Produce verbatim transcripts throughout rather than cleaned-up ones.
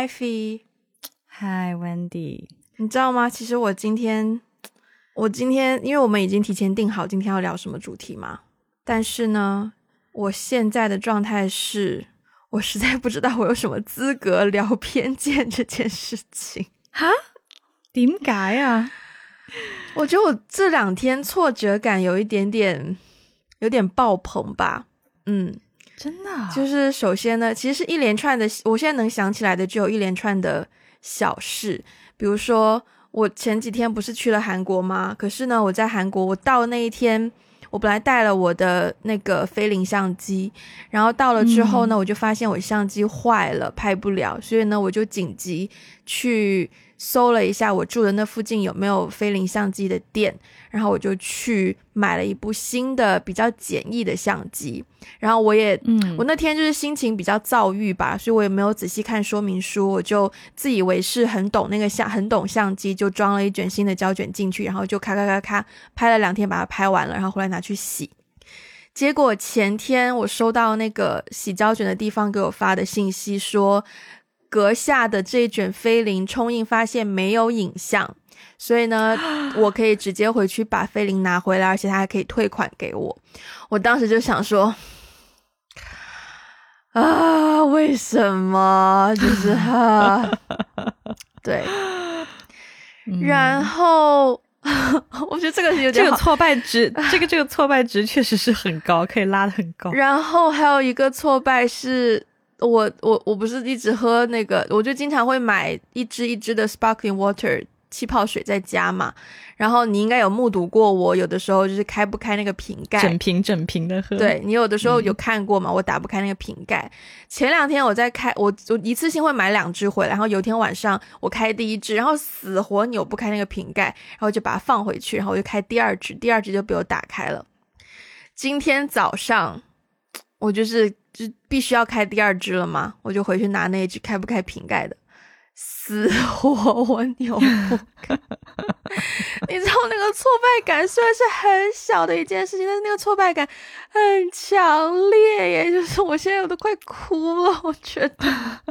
Ivy。 Hi Wendy。 你知道吗，其实我今天我今天因为我们已经提前定好今天要聊什么主题嘛，但是呢我现在的状态是我实在不知道我有什么资格聊偏见这件事情。 哈？點解啊？ 我觉得我这两天挫折感有一点点有点爆棚吧。嗯， 真的、啊、 就是首先呢，其实是一连串的，我现在能想起来的只有一连串的小事。比如说我前几天不是去了韩国吗？可是呢我在韩国，我到那一天我本来带了我的那个菲林相机，然后到了之后呢、嗯、我就发现我相机坏了，拍不了，所以呢我就紧急去搜了一下我住的那附近有没有菲林相机的店，然后我就去买了一部新的比较简易的相机。然后我也、嗯、我那天就是心情比较躁郁吧，所以我也没有仔细看说明书，我就自以为是很懂那个相很懂相机，就装了一卷新的胶卷进去，然后就咔咔咔咔拍了两天把它拍完了，然后回来拿去洗。结果前天我收到那个洗胶卷的地方给我发的信息说，阁下的这一卷菲林冲印发现没有影像，所以呢我可以直接回去把菲林拿回来，而且他还可以退款给我。我当时就想说啊，为什么就是啊对、嗯、然后我觉得这个是有点好， 这个挫败值这个这个挫败值确实是很高，可以拉得很高。 然后还有一个挫败是我我我不是一直喝那个，我就经常会买一支一支的 sparkling water 气泡水在家嘛，然后你应该有目睹过我有的时候就是开不开那个瓶盖， 整瓶整瓶的喝。 对，你有的时候有看过嘛、嗯、我打不开那个瓶盖。前两天我在开，我我一次性会买两支回来，然后有一天晚上我开第一支，然后死活扭不开那个瓶盖，然后就把它放回去，然后我就开第二支，第二支就被我打开了。今天早上我就是就必须要开第二支了嘛，我就回去拿那一支开不开瓶盖的，死活我扭不开你知道那个挫败感虽然是很小的一件事情，但是那个挫败感很强烈耶，就是我现在我都快哭了。我觉得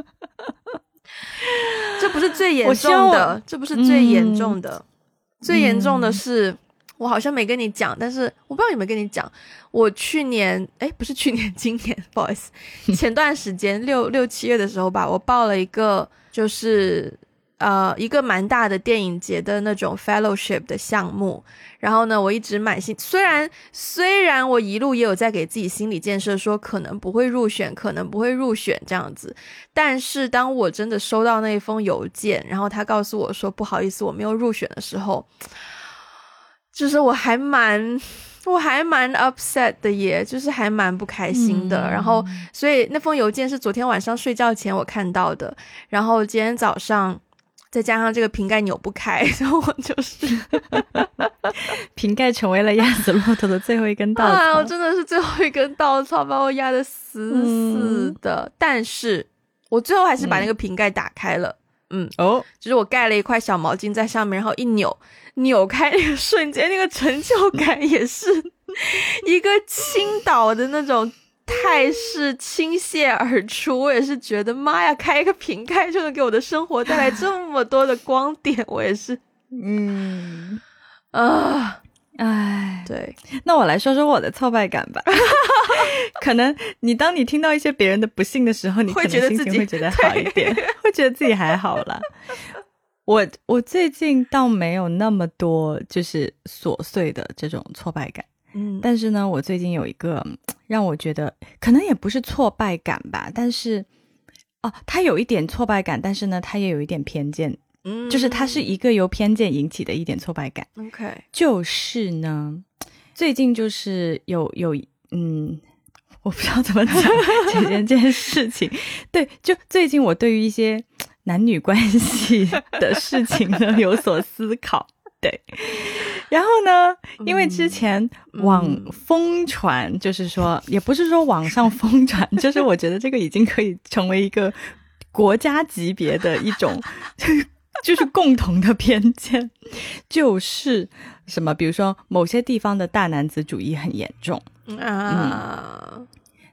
这不是最严重的，这不是最严重的、嗯、最严重的是、嗯、我好像没跟你讲，但是我不知道有没有跟你讲，我去年诶不是去年今年不好意思前段时间六六七月的时候吧，我报了一个就是呃一个蛮大的电影节的那种 fellowship 的项目，然后呢我一直满心，虽然虽然我一路也有在给自己心理建设说可能不会入选可能不会入选这样子，但是当我真的收到那一封邮件，然后他告诉我说不好意思我没有入选的时候，就是我还蛮我还蛮 upset 的耶，就是还蛮不开心的、嗯、然后所以那封邮件是昨天晚上睡觉前我看到的，然后今天早上再加上这个瓶盖扭不开，然后我就是瓶盖成为了压死骆驼的最后一根稻草、 啊、我真的是最后一根稻草，把我压得死死的、嗯、但是我最后还是把那个瓶盖打开了。嗯哦，就是我盖了一块小毛巾在上面，然后一扭扭开那个瞬间，那个成就感也是一个倾倒的那种态势倾泻而出。我也是觉得妈呀，开一个瓶盖就能给我的生活带来这么多的光点，我也是嗯啊唉， 对， 那我来说说我的挫败感吧。可能你当你听到一些别人的不幸的时候，你可能心情会觉得好一点，会觉得自己还好啦。我我最近倒没有那么多就是琐碎的这种挫败感，嗯，但是呢，我最近有一个让我觉得可能也不是挫败感吧，但是哦，它有一点挫败感，但是呢，它也有一点偏见。嗯，就是它是一个由偏见引起的一点挫败感。 OK， 就是呢，最近就是有有嗯，我不知道怎么讲这件这件事情。对，就最近我对于一些男女关系的事情呢有所思考。对，然后呢，因为之前网疯传，就是说，也不是说网上疯传，就是我觉得这个已经可以成为一个国家级别的一种。就是共同的偏见，就是什么比如说某些地方的大男子主义很严重啊、嗯，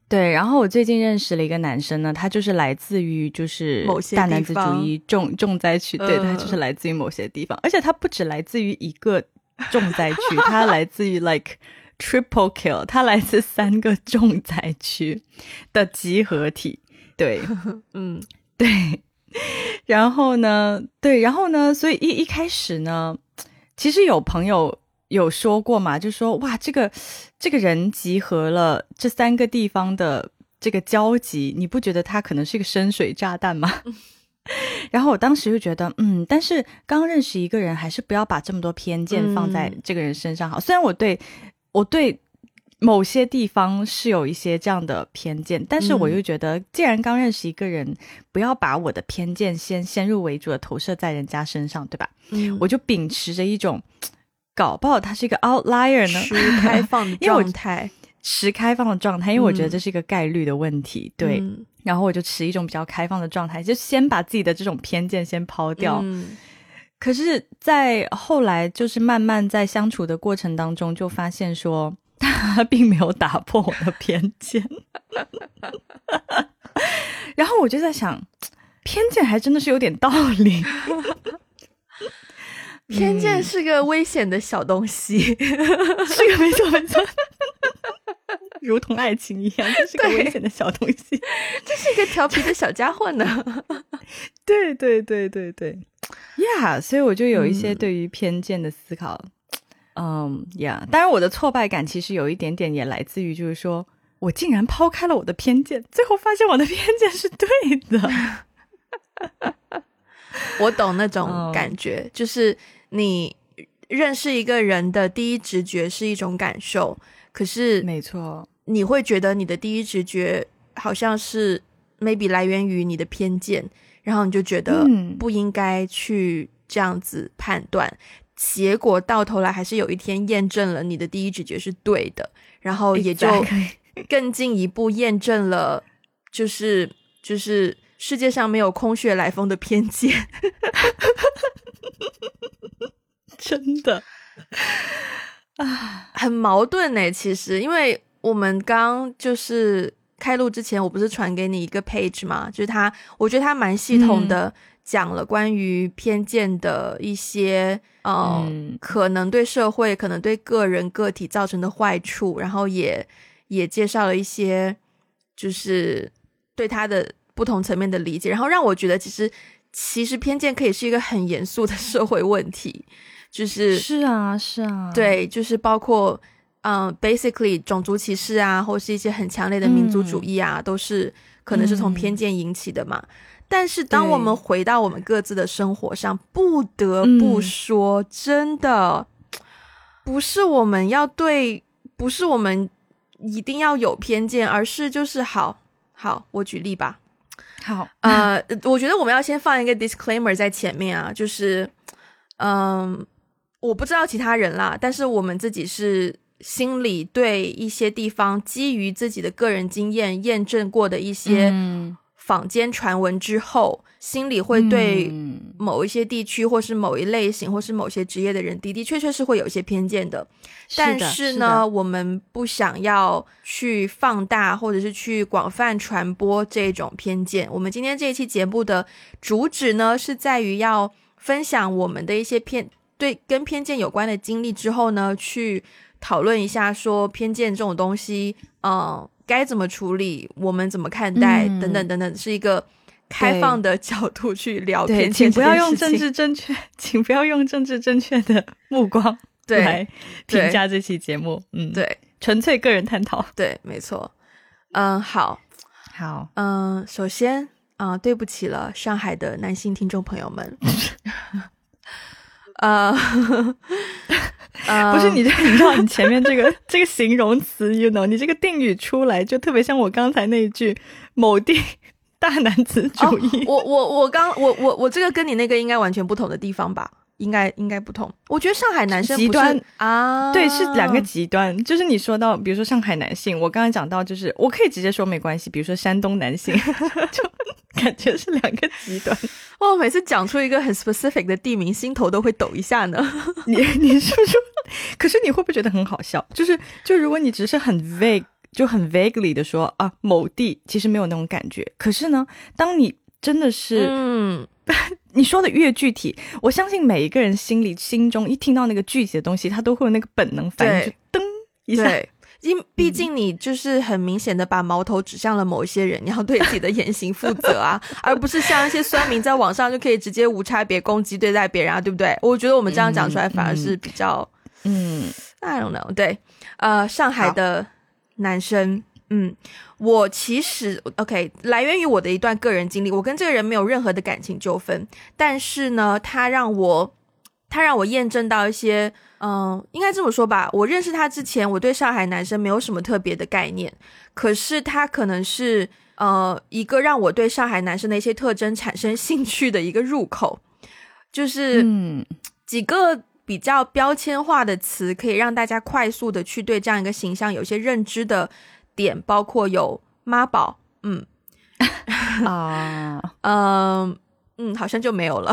对，然后我最近认识了一个男生呢，他就是来自于就是大男子主义重重灾区，对，他就是来自于某些地方，而且他不只来自于一个重灾区，他来自于 like triple kill， 他来自三个重灾区的集合体，对， 嗯， 对，然后呢，对，然后呢，所以一一开始呢，其实有朋友有说过嘛，就说哇，这个这个人集合了这三个地方的这个交集，你不觉得他可能是一个深水炸弹吗？然后我当时就觉得嗯，但是刚认识一个人还是不要把这么多偏见放在这个人身上好、嗯、虽然我对我对某些地方是有一些这样的偏见，但是我又觉得既然刚认识一个人，不要把我的偏见先先入为主的投射在人家身上，对吧、嗯、我就秉持着一种搞不好他是一个 outlier 呢， 持开放的状态持开放的状态，因为我觉得这是一个概率的问题、嗯、对、嗯，然后我就持一种比较开放的状态，就先把自己的这种偏见先抛掉、嗯、可是在后来就是慢慢在相处的过程当中就发现说他并没有打破我的偏见然后我就在想偏见还真的是有点道理偏见是个危险的小东西是个没错没错如同爱情一样，这是个危险的小东西， 这是一个调皮的小家伙呢对对对对对呀、yeah, 所以我就有一些对于偏见的思考嗯呀、um, yeah. 当然我的挫败感其实有一点点也来自于就是说我竟然抛开了我的偏见，最后发现我的偏见是对的我懂那种感觉、um, 就是你认识一个人的第一直觉是一种感受，可是没错你会觉得你的第一直觉好像是 maybe 来源于你的偏见，然后你就觉得不应该去这样子判断、嗯、结果到头来还是有一天验证了你的第一直觉是对的，然后也就更进一步验证了就是就是世界上没有空穴来风的偏见真的啊，很矛盾耶其实，因为我们刚就是开录之前我不是传给你一个 page 嘛，就是他我觉得他蛮系统的讲了关于偏见的一些、呃嗯、可能对社会可能对个人个体造成的坏处，然后也也介绍了一些就是对他的不同层面的理解，然后让我觉得其实其实偏见可以是一个很严肃的社会问题，就是是啊是啊， 对，就是包括嗯 basically 种族歧视啊，或是一些很强烈的民族主义啊、嗯、都是可能是从偏见引起的嘛、嗯、但是当我们回到我们各自的生活上，不得不说、嗯、真的不是我们要对不是我们一定要有偏见，而是就是好好我举例吧， 好呃我觉得我们要先放一个 disclaimer 在前面啊，就是嗯我不知道其他人啦，但是我们自己是心里对一些地方基于自己的个人经验验证过的一些坊间传闻之后、嗯、心里会对某一些地区或是某一类型或是某些职业的人的的确确是会有一些偏见的，但是呢我们不想要去放大或者是去广泛传播这种偏见。我们今天这一期节目的主旨呢是在于要分享我们的一些偏对跟偏见有关的经历之后呢，去讨论一下说偏见这种东西嗯，该怎么处理，我们怎么看待、嗯、等等等等，是一个开放的角度去聊偏见这件事情。请不要用政治正确请不要用政治正确的目光来评价这期节目，嗯，对，纯粹个人探讨， 对，没错。嗯，好好， 嗯，首先啊、呃，对不起了上海的男性听众朋友们呃不是你这你知道你前面这个这个形容词 you know 你这个定语出来就特别像我刚才那一句某地大男子主义、 哦、我我我刚我我我这个跟你那个应该完全不同的地方吧，应该应该不同。我觉得上海男生不是极端啊， 对，是两个极端。就是你说到比如说上海男性，我刚才讲到就是我可以直接说没关系，比如说山东男性就感觉是两个极端。 哦，每次讲出一个很 specific 的地名心头都会抖一下呢。 你你是不是可是你会不会觉得很好笑，就是就如果你只是很 vague 就很 vaguely 的说啊，某地其实没有那种感觉。可是呢，当你真的是嗯你说的越具体，我相信每一个人心里心中一听到那个具体的东西，他都会有那个本能反应，就噔一下。 对，因毕竟你就是很明显的把矛头指向了某一些人，你要对自己的言行负责啊，而不是像一些酸民在网上就可以直接无差别攻击对待别人啊，对不对？我觉得我们这样讲出来反而是比较嗯 I don't know。 对，呃上海的男生，嗯，我其实 OK 来源于我的一段个人经历，我跟这个人没有任何的感情纠纷，但是呢他让我他让我验证到一些嗯，应该这么说吧，我认识他之前我对上海男生没有什么特别的概念，可是他可能是呃一个让我对上海男生的一些特征产生兴趣的一个入口，就是嗯几个比较标签化的词可以让大家快速的去对这样一个形象有些认知的点，包括有妈宝，嗯啊嗯嗯好像就没有了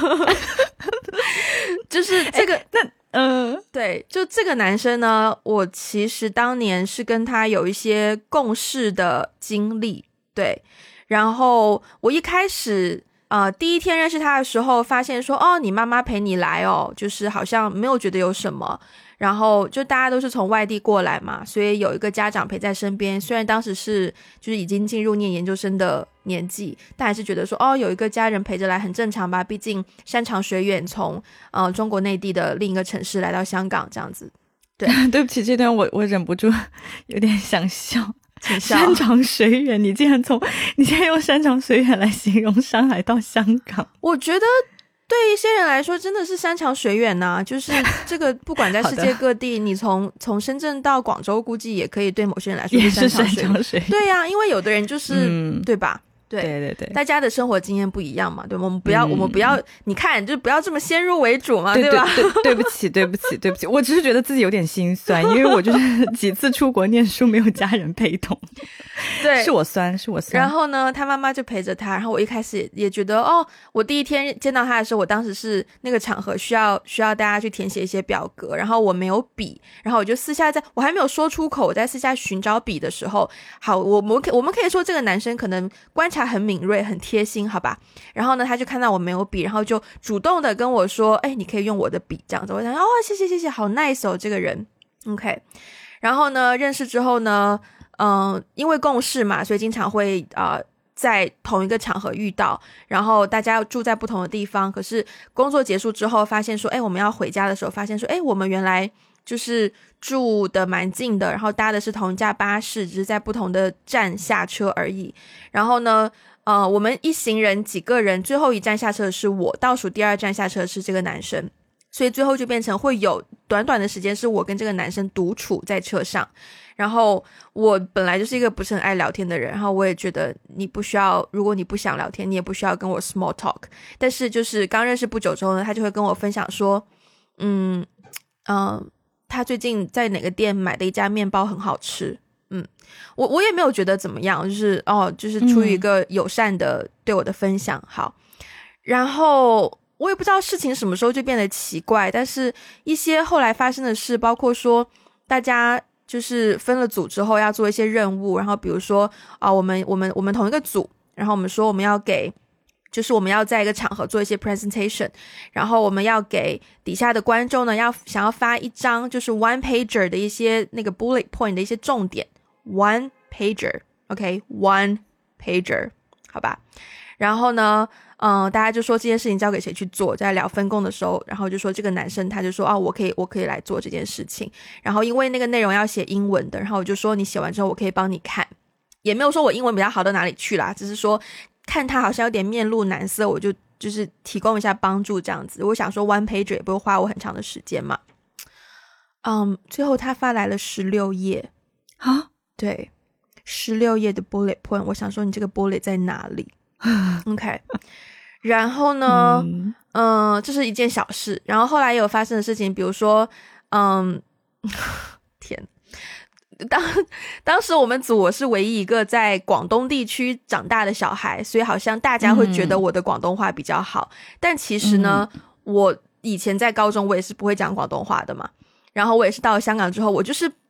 就是这个、欸、那嗯、呃，对，就这个男生呢，我其实当年是跟他有一些共事的经历，对，然后我一开始呃第一天认识他的时候，发现说哦，你妈妈陪你来哦，就是好像没有觉得有什么，然后就大家都是从外地过来嘛，所以有一个家长陪在身边，虽然当时是就是已经进入念研究生的年纪，但还是觉得说哦，有一个家人陪着来很正常吧，毕竟山长水远从呃中国内地的另一个城市来到香港这样子。对对不起，这段我我忍不住有点想笑。山长水远，你竟然从你竟然用山长水远来形容上海到香港， 我觉得对一些人来说真的是山长水远呐、啊，就是这个不管在世界各地你从从深圳到广州估计也可以对某些人来说是山长水远。对呀、啊，因为有的人就是、嗯、对吧，对对对对， 大家的生活经验不一样嘛，对吗？我们不要、嗯、我们不要你看就不要这么先入为主嘛， 对, 对吧？ 对, 对, 对不起对不起对不起，我只是觉得自己有点心酸，因为我就是几次出国念书没有家人陪同，对，是我酸是我酸。 然后呢他妈妈就陪着他，然后我一开始 也, 也觉得哦，我第一天见到他的时候，我当时是那个场合需要需要大家去填写一些表格，然后我没有笔，然后我就私下在我还没有说出口，我在私下寻找笔的时候，好，我们我们可以说这个男生可能观察很敏锐很贴心，好吧，然后呢他就看到我没有笔，然后就主动的跟我说哎，你可以用我的笔这样子，我想哦谢谢谢谢，好 nice 哦这个人 OK。 然后呢认识之后呢嗯，因为共事嘛，所以经常会呃在同一个场合遇到，然后大家住在不同的地方，可是工作结束之后发现说哎，我们要回家的时候发现说哎，我们原来就是住的蛮近的，然后搭的是同一架巴士，只是在不同的站下车而已。然后呢呃，我们一行人几个人，最后一站下车的是我，倒数第二站下车的是这个男生，所以最后就变成会有短短的时间是我跟这个男生独处在车上。然后我本来就是一个不是很爱聊天的人，然后我也觉得你不需要，如果你不想聊天你也不需要跟我 small talk， 但是就是刚认识不久之后呢，他就会跟我分享说嗯嗯、呃，他最近在哪个店买的一家面包很好吃，嗯，我我也没有觉得怎么样，就是哦，就是出于一个友善的对我的分享、嗯、好。然后我也不知道事情什么时候就变得奇怪，但是一些后来发生的事，包括说大家就是分了组之后要做一些任务，然后比如说啊、呃，我们我们我们同一个组，然后我们说我们要给就是我们要在一个场合做一些 presentation， 然后我们要给底下的观众呢要想要发一张就是 one pager 的一些那个 bullet point 的一些重点， one pager OK one pager 好吧。然后呢嗯，大家就说这件事情交给谁去做，在聊分工的时候，然后就说这个男生他就说啊，我可以我可以来做这件事情，然后因为那个内容要写英文的，然后我就说你写完之后我可以帮你看，也没有说我英文比较好到哪里去啦，只是说看他好像有点面露难色，我就就是提供一下帮助这样子。我想说 one pager 也不会花我很长的时间嘛。嗯，最后他发来了十六页啊， 对，十六页的 bullet point， 我想说你这个 bullet 在哪里？OK， 然后呢，嗯、呃，这是一件小事。然后后来也有发生的事情，比如说，嗯，天，当当时我们组我是唯一一个在广东地区长大的小孩，所以好像大家会觉得我的广东话比较好。嗯、但其实呢、嗯，我以前在高中我也是不会讲广东话的嘛。然后我也是到了香港之后，我就是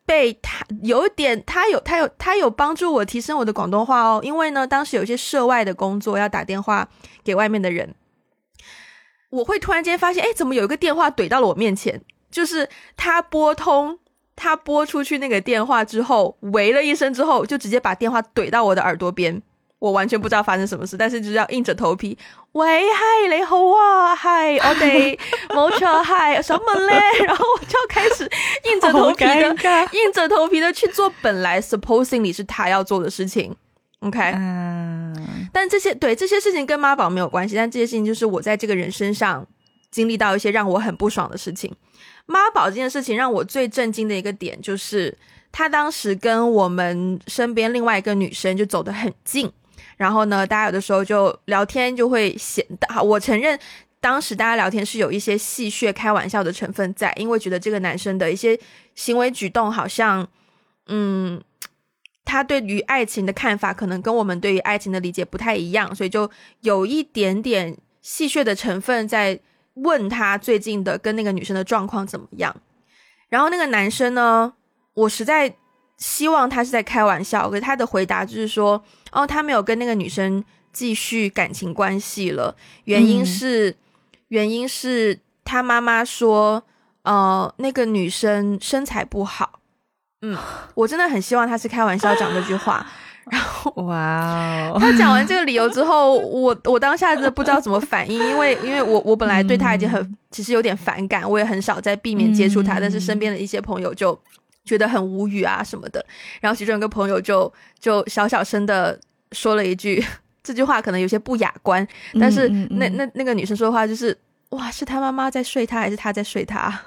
被他有一点，他有他有他有帮助我提升我的广东话哦。因为呢，当时有一些涉外的工作要打电话给外面的人，我会突然间发现，哎，怎么有一个电话怼到了我面前？就是他拨通，他拨出去那个电话之后，喂了一声之后，就直接把电话怼到我的耳朵边。我完全不知道发生什么事，但是就是要硬着头皮，喂，嗨，你好啊，嗨，我哋冇錯，嗨，什麼咧？然後我就開始硬着頭皮的，硬着頭皮的去做本來 supposedly 是他要做的事情。OK，嗯，但这些对这些事情跟媽寶沒有關係，但這些事情就是我在這個人身上經歷到一些讓我很不爽的事情。媽寶這件事情讓我最震驚的一個點就是他當時跟我們身邊另外一個女生就走得很近，然後呢大家有的時候就聊天就會顯得，我承認當時大家聊天是有一些戲謔開玩笑的成分在，因為覺得這個男生的一些行為舉動好像嗯，他對於愛情的看法可能跟我們對於愛情的理解不太一樣，所以就有一點點戲謔的成分在問他最近的跟那個女生的狀況怎麼樣。然後那個男生呢，我實在希望他是在開玩笑，可是他的回答就是說哦，他沒有跟那個女生繼續感情關係了，原因是、嗯、原因是他媽媽說呃，那個女生身材不好。嗯，我真的很希望他是開玩笑講這句話。然後哇、wow ，他講完這個理由之後，我我當下真的不知道怎麼反應，因為因為我我本來對他已經很、嗯、其實有點反感，我也很少在避免接觸他、嗯、但是身邊的一些朋友就覺得很無語啊什麼的，然後其中有個朋友就就小小聲的說了一句，這句話可能有些不雅觀，但是那那那個女生說的話就是哇，是他媽媽在睡他還是他在睡他？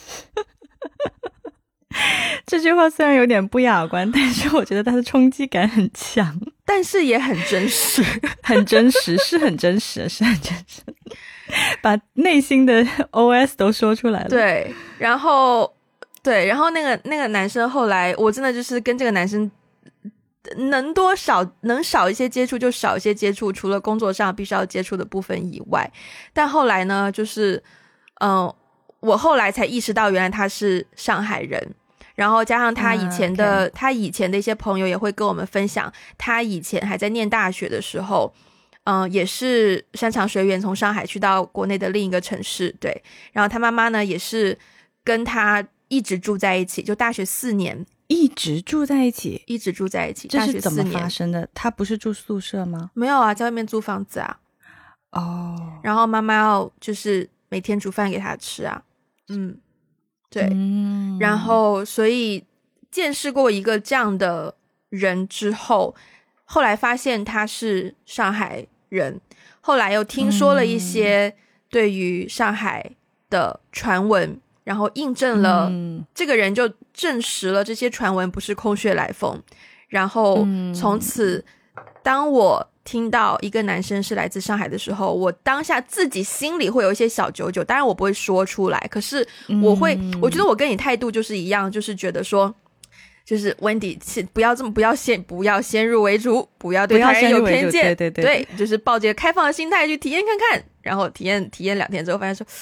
這句話雖然有點不雅觀，但是我覺得它的衝擊感很強， 但是也很真實。 很真實，是很真實，是很真實，把內心的 O S 都說出來了。 對，然後對，然後那個那個男生後來我真的就是跟這個男生能多少能少一些接觸就少一些接觸，除了工作上必須要接觸的部分以外，但後來呢就是嗯、呃，我後來才意識到原來他是上海人，然後加上他以前的、uh, okay. 他以前的一些朋友也會跟我們分享，他以前還在念大學的時候嗯、呃，也是山長水遠從上海去到國內的另一個城市，對，然後他媽媽呢也是跟他一直住在一起，就大學四年一直住在一起一直住在一起。 這是怎麼發生的？他不是住宿舍嗎？ 沒有啊，在外面租房子啊。哦、oh. 然後媽媽要就是每天煮飯給他吃啊。嗯，對、嗯、然後所以見識過一個這樣的人之後，後來發現他是上海人，後來又聽說了一些對於上海的傳聞、嗯、然後印證了、嗯、這個人就證實了這些傳聞不是空穴來風，然後從此、嗯、當我聽到一個男生是來自上海的時候，我當下自己心裡會有一些小九九，當然我不會說出來，可是我會、嗯、我覺得我跟你態度就是一樣，就是覺得說就是 Wendy 不要這麼不要先不要先入為主，不要對他人有偏見，對對對，對，就是抱着開放的心態去體驗看看，然後體驗體驗兩天之後發現說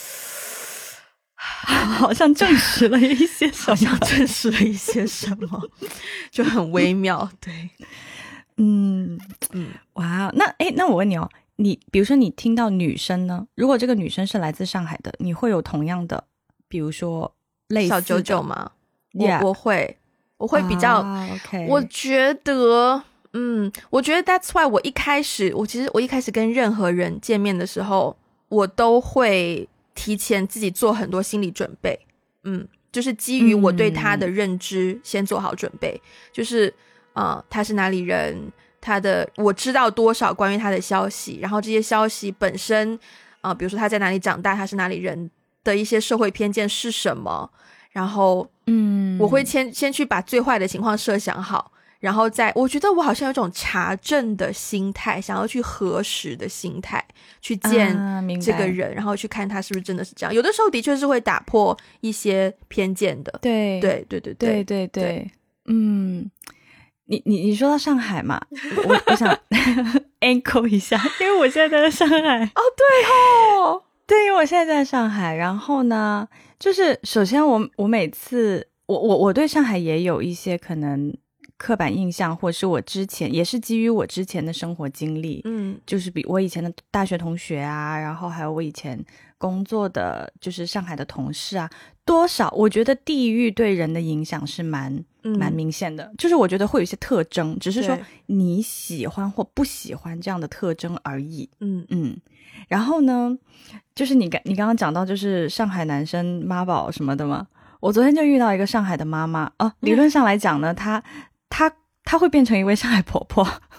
好像證實了一些什麼， 好像證實了一些什麼就很微妙。對， 嗯嗯，哇，那誒那我問你哦，你比如說你聽到女生呢，如果這個女生是來自上海的，你會有同樣的比如說類似的小九九嗎？ Yeah. 我我會我會比較、啊 okay. 我覺得嗯我覺得 that's why 我一開始我其實我一開始跟任何人見面的時候，我都會提前自己做很多心理準備，嗯就是基於我對他的認知先做好準備、嗯、就是啊、呃，他是哪裡人，他的我知道多少關於他的消息，然後這些消息本身啊、呃，比如說他在哪裡長大，他是哪裡人的一些社會偏見是什麼，然後嗯，我會先先去把最壞的情況設想好，然後再我覺得我好像有一種查證的心態，想要去核實的心態去見這個人、啊、然後去看他是不是真的是這樣，有的時候的確是會打破一些偏見的。對對對對對對對對，嗯，你你你說到上海嘛，我我想 echo 一下，因為我現在在上海。 哦，對哦， 對，因為我現在在上海，然後呢，就是首先我我每次我我我对上海也有一些可能刻板印象，或是我之前也是基于我之前的生活经历， 嗯， 就是比我以前的大学同学啊，然后还有我以前工作的就是上海的同事啊，多少我觉得地域对人的影响是蛮蛮明显的，就是我觉得会有一些特征，只是说你喜欢或不喜欢这样的特征而已。 嗯嗯，然后呢，就是你刚你刚刚讲到就是上海男生妈宝什么的嘛，我昨天就遇到一个上海的妈妈哦，理论上来讲呢，她她她会变成一位上海婆婆。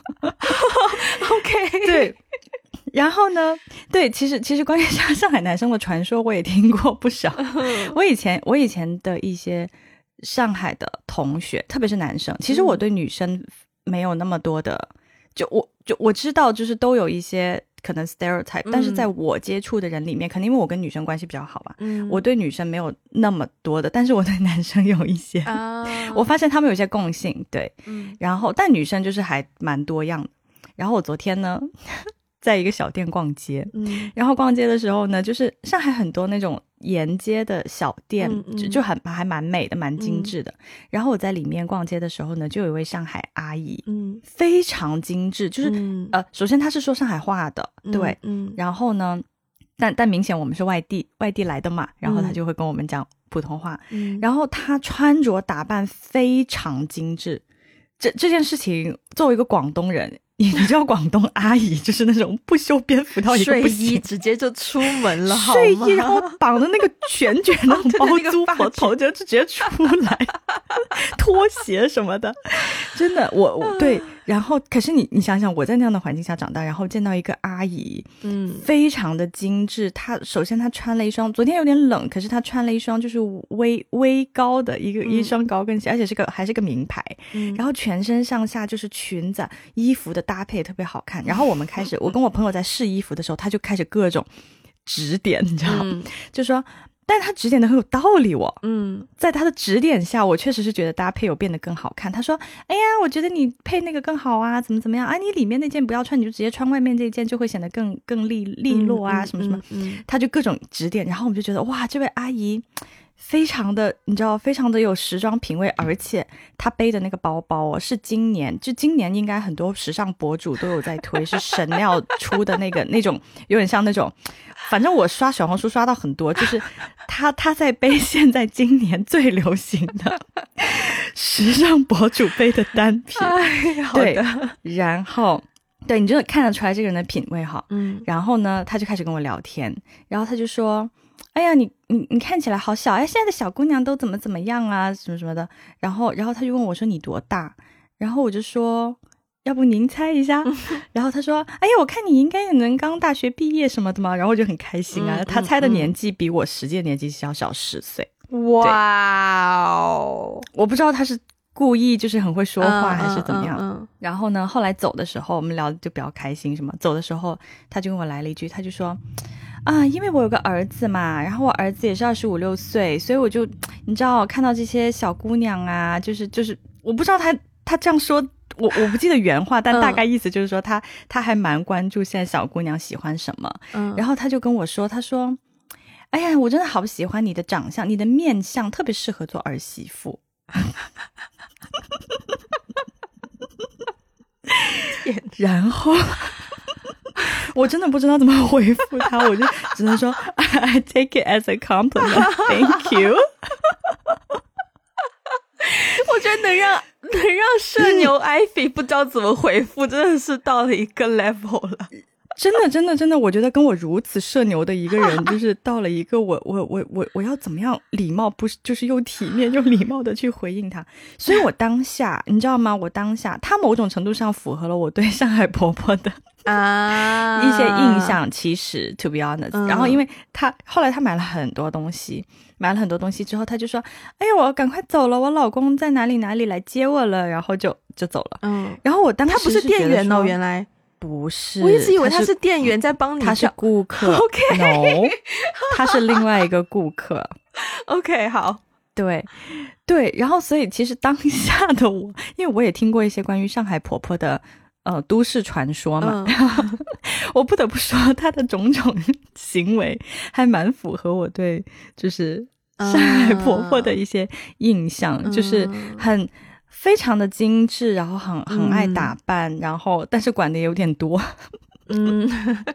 OK， 对。然后呢，对，其实其实关于上上海男生的传说我也听过不少。我以前我以前的一些上海的同学，特别是男生，其实我对女生没有那么多的，就我就我知道就是都有一些可能 stereotype，嗯，但是在我接触的人里面，可能因为我跟女生关系比较好吧，嗯，我对女生没有那么多的，但是我对男生有一些，啊，我发现他们有一些共性，对，嗯，然后但女生就是还蛮多样的。然后我昨天呢在一个小店逛街，嗯，然后逛街的时候呢，就是上海很多那种沿街的小店，嗯嗯，就就很还蛮美的，蛮精致的，嗯。然后我在里面逛街的时候呢，就有一位上海阿姨，嗯，非常精致，就是，嗯，呃，首先她是说上海话的，对，嗯，然后呢，但但明显我们是外地外地来的嘛，然后她就会跟我们讲普通话，嗯，然后她穿着打扮非常精致，这这件事情作为一个广东人。你知道广东阿姨就是那种不修边幅到一个不行， 睡衣直接就出门了，好吗？ 睡衣然后绑的那个卷卷的包租婆头就直接出来，拖鞋什么的，真的，我我对，然后可是你你想想，我在那样的环境下长大，然后见到一个阿姨，嗯，非常的精致。她首先她穿了一双，昨天有点冷，可是她穿了一双就是微微高的一个、嗯、一双高跟鞋，而且是个还是个名牌，嗯，然后全身上下就是裙子，衣服的搭配特别好看。然后我们开始，我跟我朋友在试衣服的时候，他就开始各种指点，你知道吗？嗯，就说。但他指点的很有道理哦，嗯，在他的指点下，我确实是觉得搭配有变得更好看。他说：“哎呀，我觉得你配那个更好啊，怎么怎么样啊？你里面那件不要穿，你就直接穿外面这件，就会显得更更利利落啊，嗯，什么什么。嗯嗯”他就各种指点，然后我们就觉得哇，这位阿姨非常的，你知道，非常的有时装品味，而且她背的那个包包哦，是今年就今年应该很多时尚博主都有在推，是神料出的那个那种，有点像那种。反正我刷小红书刷到很多，就是他他在背现在今年最流行的时尚博主背的单品， 哎，好的。 对，然后对你就看得出来这个人的品味哈，嗯，然后呢，他就开始跟我聊天，然后他就说：“哎呀，你你你看起来好小，哎，现在的小姑娘都怎么怎么样啊，什么什么的。”然后然后他就问我说：“你多大？”然后我就说。要不您猜一下？然后他说：“哎呀，我看你应该也能刚大学毕业什么的嘛。”然后我就很开心啊。嗯、他猜的年纪比我实际的年纪小小十岁。 哇哦！ 我不知道他是故意就是很会说话、嗯、还是怎么样、嗯嗯嗯。然后呢，后来走的时候我们聊就比较开心，什么走的时候他就跟我来了一句，他就说：“啊，因为我有个儿子嘛，然后我儿子也是二十五六岁，所以我就你知道看到这些小姑娘啊，就是就是我不知道他他这样说。”我我不记得原话，但大概意思就是说他、嗯、他还蛮关注现在小姑娘喜欢什么、嗯、然后他就跟我说，他说哎呀，我真的好喜欢你的长相，你的面相特别适合做儿媳妇。然后我真的不知道怎么回复他，我就只能说 I take it as a compliment, thank you。 我觉得能让能让社牛艾菲不知道怎么回复、嗯、真的是到了一个 level 了， 真的真的真的，我觉得跟我如此社牛的一个人，就是到了一个我我我我我要怎么样礼貌，不是就是又体面又礼貌的去回应他。所以我当下你知道吗，我当下他某种程度上符合了我对上海婆婆的啊一些印象，其实 to be honest、嗯、然后因为他后来他买了很多东西，买了很多东西之后他就说，哎呀我赶快走了，我老公在哪里哪里来接我了，然后就就走了。嗯，然后我当时他不是店员哦，原来不是， 我一直以为他是店员在帮你， 他是顾客。 OK， no， 他是另外一个顾客。 OK， 好， 对对，然后所以其实当下的我，因为我也听过一些关于上海婆婆的呃都市传说嘛、嗯、我不得不说她的种种行为还蛮符合我对就是上海婆婆的一些印象，嗯、就是很非常的精致，然后很很爱打扮，嗯、然后但是管的也有点多。嗯，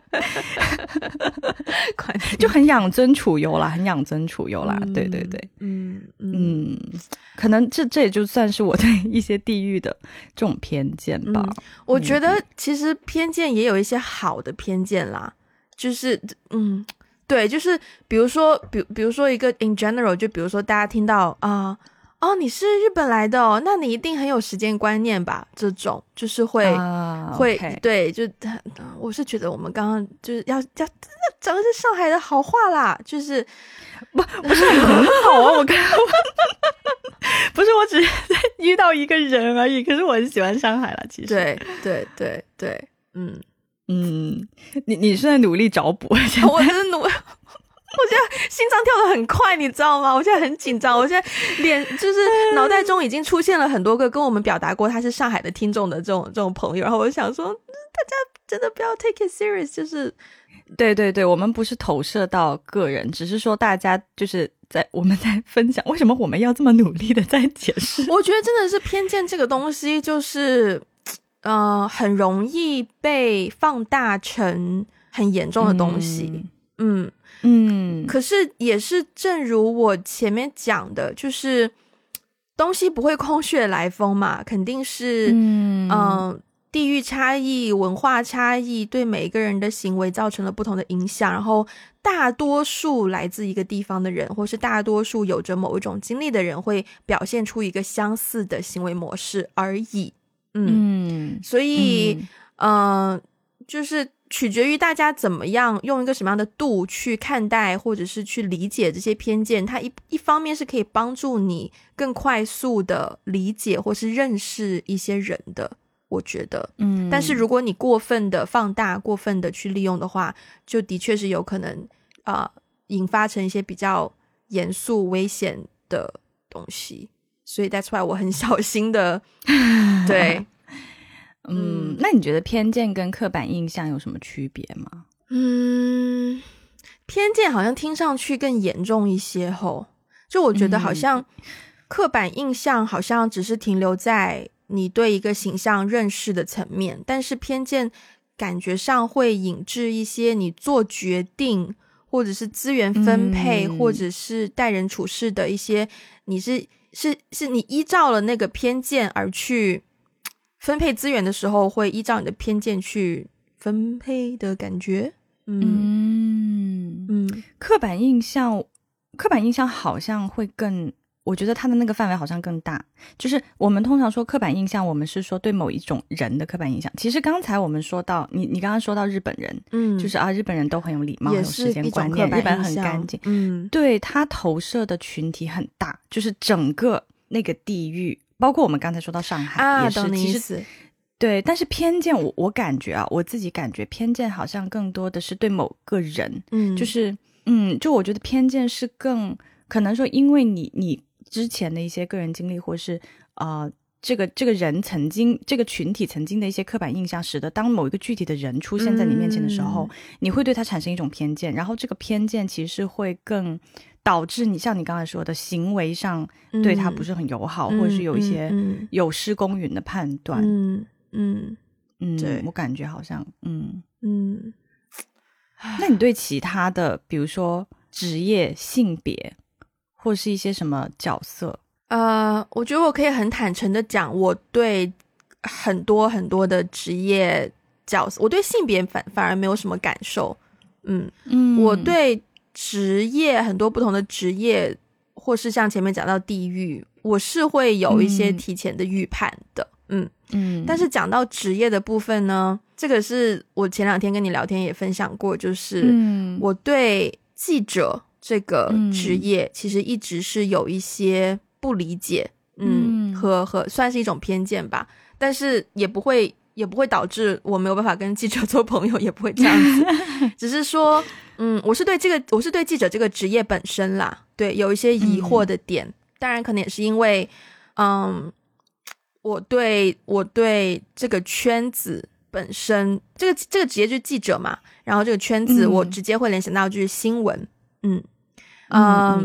就很养尊处优啦，很养尊处优啦，嗯、对对对，嗯 嗯, 嗯，可能这这也就算是我对一些地域的这种偏见吧。嗯、 我觉得其实偏见也有一些好的偏见啦，就是嗯，对，就是比如说，比比如说一个 in general， 就比如说大家听到啊。呃哦，你是日本来的哦，那你一定很有时间观念吧？这种就是会、啊、会、okay. 对，就我是觉得我们刚刚就是要要讲的是上海的好话啦，就是不不是很好啊，我刚刚不是我只是遇到一个人而已，可是我很喜欢上海啦，其实对对对对，嗯嗯，你你是在努力找补， 我是努。我现在心脏跳得很快，你知道吗？我现在很紧张，我现在脸就是脑袋中已经出现了很多个跟我们表达过他是上海的听众的这种这种朋友，然后我就想说，大家真的不要 take it serious， 就是对对对，我们不是投射到个人，只是说大家就是在我们在分享，为什么我们要这么努力的在解释？ 我觉得真的是偏见这个东西，就是呃，很容易被放大成很严重的东西，嗯。嗯嗯，可是也是正如我前面讲的，就是东西不会空穴来风嘛，肯定是嗯、呃、地域差异、文化差异对每一个人的行为造成了不同的影响，然后大多数来自一个地方的人，或是大多数有着某一种经历的人会表现出一个相似的行为模式而已。嗯，嗯所以嗯、呃、就是取决于大家怎么样用一个什么样的度去看待或者是去理解这些偏见，它一一方面是可以帮助你更快速的理解或是认识一些人的，我觉得嗯，但是如果你过分的放大过分的去利用的话，就的确是有可能呃引发成一些比较严肃危险的东西，所以 that's why 我很小心的对嗯，那你觉得偏见跟刻板印象有什么区别吗？ 嗯，偏见好像听上去更严重一些吼，就我觉得好像刻板印象好像只是停留在你对一个形象认识的层面，但是偏见感觉上会引致一些你做决定或者是资源分配、嗯、或者是待人处事的一些，你是是是你依照了那个偏见而去分配资源的时候，会依照你的偏见去分配的感觉。嗯嗯，刻板印象，刻板印象好像会更，我觉得它的那个范围好像更大。就是我们通常说刻板印象，我们是说对某一种人的刻板印象。其实刚才我们说到，你你刚刚说到日本人，嗯，就是啊，日本人都很有礼貌，有时间观念，日本很干净，嗯，对，他投射的群体很大，就是整个那个地域。包括我们刚才说到上海、啊、也是，其实对，但是偏见我我感觉啊，我自己感觉偏见好像更多的是对某个人，嗯，就是嗯，就我觉得偏见是更可能说，因为你你之前的一些个人经历，或是呃这个这个人曾经这个群体曾经的一些刻板印象，使得当某一个具体的人出现在你面前的时候、嗯、你会对他产生一种偏见，然后这个偏见其实会更导致你像你刚才说的行为上对他不是很友好、嗯、或者是有一些有失公允的判断。嗯嗯嗯，对，我感觉好像嗯嗯。那你对其他的比如说职业、性别或是一些什么角色， 呃我觉得我可以很坦诚的讲，我对很多很多的职业角色，我对性别反反而没有什么感受。嗯嗯，我对职业很多不同的职业，或是像前面讲到地域，我是会有一些提前的预判的。嗯嗯，但是讲到职业的部分呢，这个是我前两天跟你聊天也分享过，就是我对记者这个职业其实一直是有一些不理解，嗯，和和算是一种偏见吧，但是也不会也不会导致我没有办法跟记者做朋友，也不会这样子只是说嗯，我是对这个我是对记者这个职业本身啦，对，有一些疑惑的点、嗯、当然可能也是因为嗯，我对我对这个圈子本身，这个这个职业就是记者嘛，然后这个圈子我直接会联想到就是新闻。嗯嗯，嗯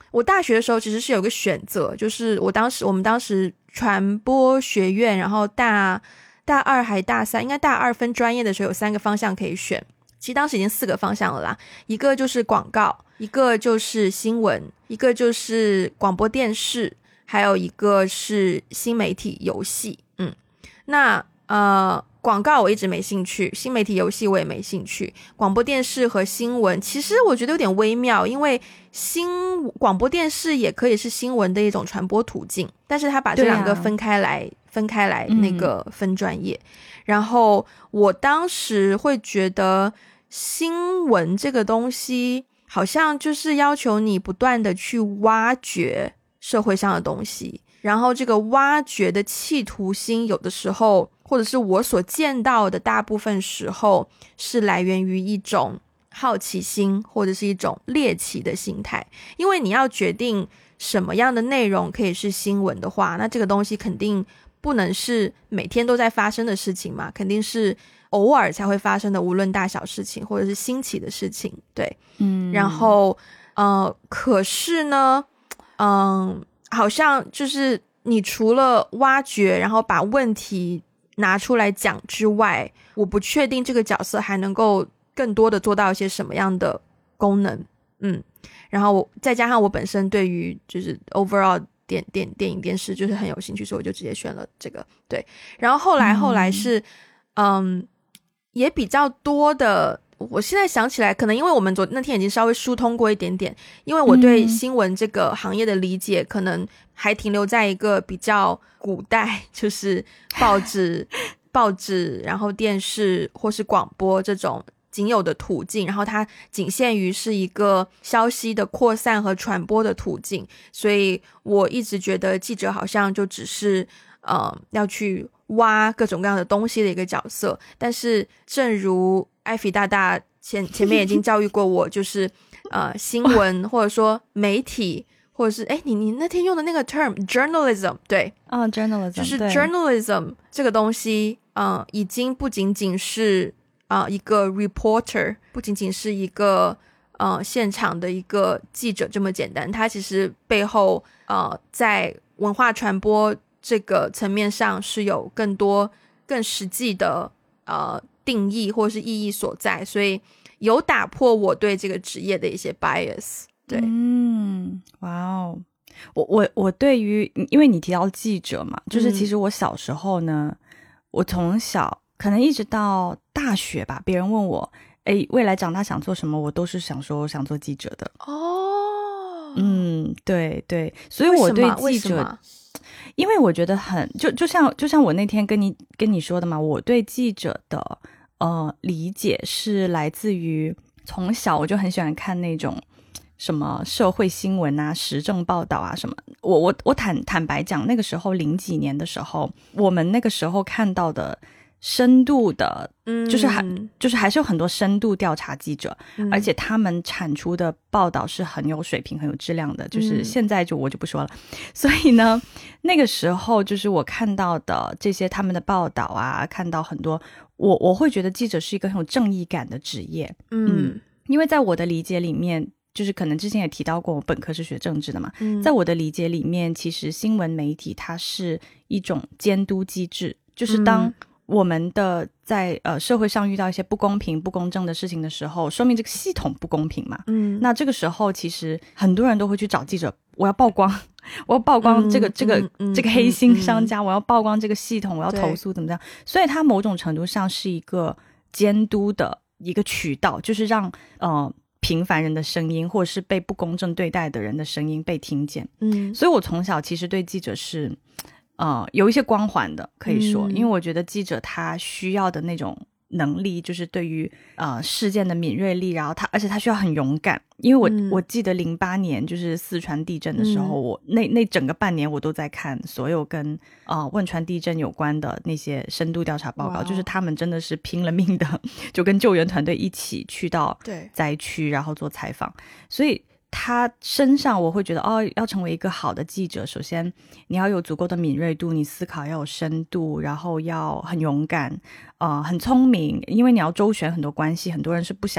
我大学的时候其实是有个选择，就是我当时我们当时传播学院，然后大大二还大三，应该大二分专业的时候有三个方向可以选，其实当时已经四个方向了啦，一个就是广告，一个就是新闻，一个就是广播电视，还有一个是新媒体游戏。嗯，那呃广告我一直没兴趣，新媒体游戏我也没兴趣，广播电视和新闻其实我觉得有点微妙，因为新广播电视也可以是新闻的一种传播途径，但是他把这两个分开来、啊、分开来那个分专业、嗯、然后我当时会觉得新闻这个东西好像就是要求你不断的去挖掘社会上的东西，然后这个挖掘的企图心有的时候，或者是我所见到的大部分时候是来源于一种好奇心或者是一种猎奇的心态，因为你要决定什么样的内容可以是新闻的话，那这个东西肯定不能是每天都在发生的事情嘛，肯定是偶尔才会发生的无论大小事情或者是新奇的事情。对，嗯，然后呃，可是呢嗯，好像就是你除了挖掘然后把问题拿出来讲之外，我不确定这个角色还能够更多的做到一些什么样的功能。嗯，然后我再加上我本身对于就是 overall 电电电影电视就是很有兴趣，所以我就直接选了这个。对，然后后来后来是嗯也比较多的，我现在想起来可能因为我们昨那天已经稍微疏通过一点点，因为我对新闻这个行业的理解可能还停留在一个比较古代，就是报纸报纸然后电视或是广播这种仅有的途径，然后它仅限于是一个消息的扩散和传播的途径，所以我一直觉得记者好像就只是呃要去挖各种各样的东西的一个角色。但是正如艾菲大大前前面已经教育过我，就是呃新闻或者说媒体或者是哎你你那天用的那个 term journalism 对啊、oh, journalism 就是 journalism 这个东西嗯、呃、已经不仅仅是啊、呃，一个 reporter 不仅仅是一个呃现场的一个记者这么简单，它其实背后呃在文化传播这个层面上是有更多更实际的呃定义或是意义所在，所以有打破我对这个职业的一些 bias。 对， 嗯，哇哦，我我我对于因为你提到记者嘛，就是其实我小时候呢、嗯、我从小可能一直到大学吧，别人问我诶未来长大想做什么，我都是想说想做记者的。 哦， 嗯，对对，所以我对记者，因为我觉得很就就像就像我那天跟你跟你说的嘛，我对记者的呃理解是来自于从小我就很喜欢看那种什么社会新闻啊、时政报道啊什么。我我我坦坦白讲，那个时候零几年的时候，我们那个时候看到的深度的，嗯，就是还就是还是有很多深度调查记者、嗯、而且他们产出的报道是很有水平很有质量的，就是现在就我就不说了、嗯、所以呢那个时候就是我看到的这些他们的报道啊，看到很多我我会觉得记者是一个很有正义感的职业。 嗯, 嗯，因为在我的理解里面，就是可能之前也提到过我本科是学政治的嘛、嗯、在我的理解里面，其实新闻媒体它是一种监督机制，就是当、嗯我们的在呃社会上遇到一些不公平不公正的事情的时候，说明这个系统不公平嘛。嗯，那这个时候其实很多人都会去找记者，我要曝光我要曝光这个、嗯、这个、嗯、这个黑心商家、嗯、我要曝光这个系统，我要投诉怎么样。所以它某种程度上是一个监督的一个渠道，就是让呃平凡人的声音或者是被不公正对待的人的声音被听见。嗯，所以我从小其实对记者是呃，有一些光环的可以说、嗯、因为我觉得记者他需要的那种能力就是对于呃事件的敏锐力，然后他而且他需要很勇敢。因为我、嗯、我记得零八年就是四川地震的时候、嗯、我那那整个半年我都在看所有跟呃汶川地震有关的那些深度调查报告，就是他们真的是拼了命的就跟救援团队一起去到灾区然后做采访。所以他身上我会觉得哦，要成为一个好的记者，首先你要有足够的敏锐度，你思考要有深度，然后要很勇敢呃，很聪明，因为你要周旋很多关系，很多人是不想要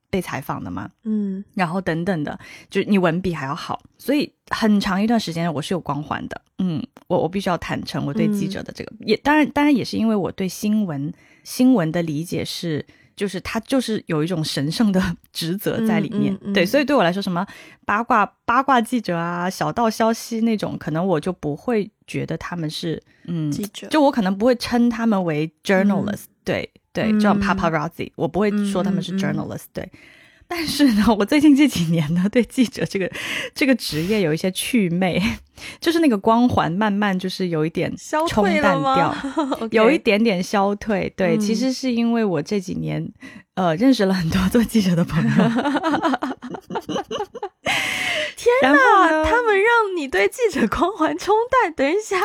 被采访的嘛， 嗯， 然后等等的，就是你文笔还要好，所以很长一段时间我是有光环的。嗯，我我必须要坦诚，我对记者的这个、嗯、也当然当然也是因为我对新闻新闻的理解是，就是它就是有一种神圣的职责在里面。嗯嗯嗯、对，所以对我来说，什么八卦八卦记者啊、小道消息那种，可能我就不会觉得他们是嗯记者， 就我可能不会称他们为 journalist、嗯。对。对，这种 paparazzi、嗯、我不会说他们是 journalist、嗯嗯、对。但是呢，我最近这几年呢，对记者这个这个职业有一些祛魅，就是那个光环慢慢就是有一点冲淡掉，有一点点消退。对、嗯，其实是因为我这几年呃认识了很多做记者的朋友。 天哪，他们让你对记者光环冲淡？等一下。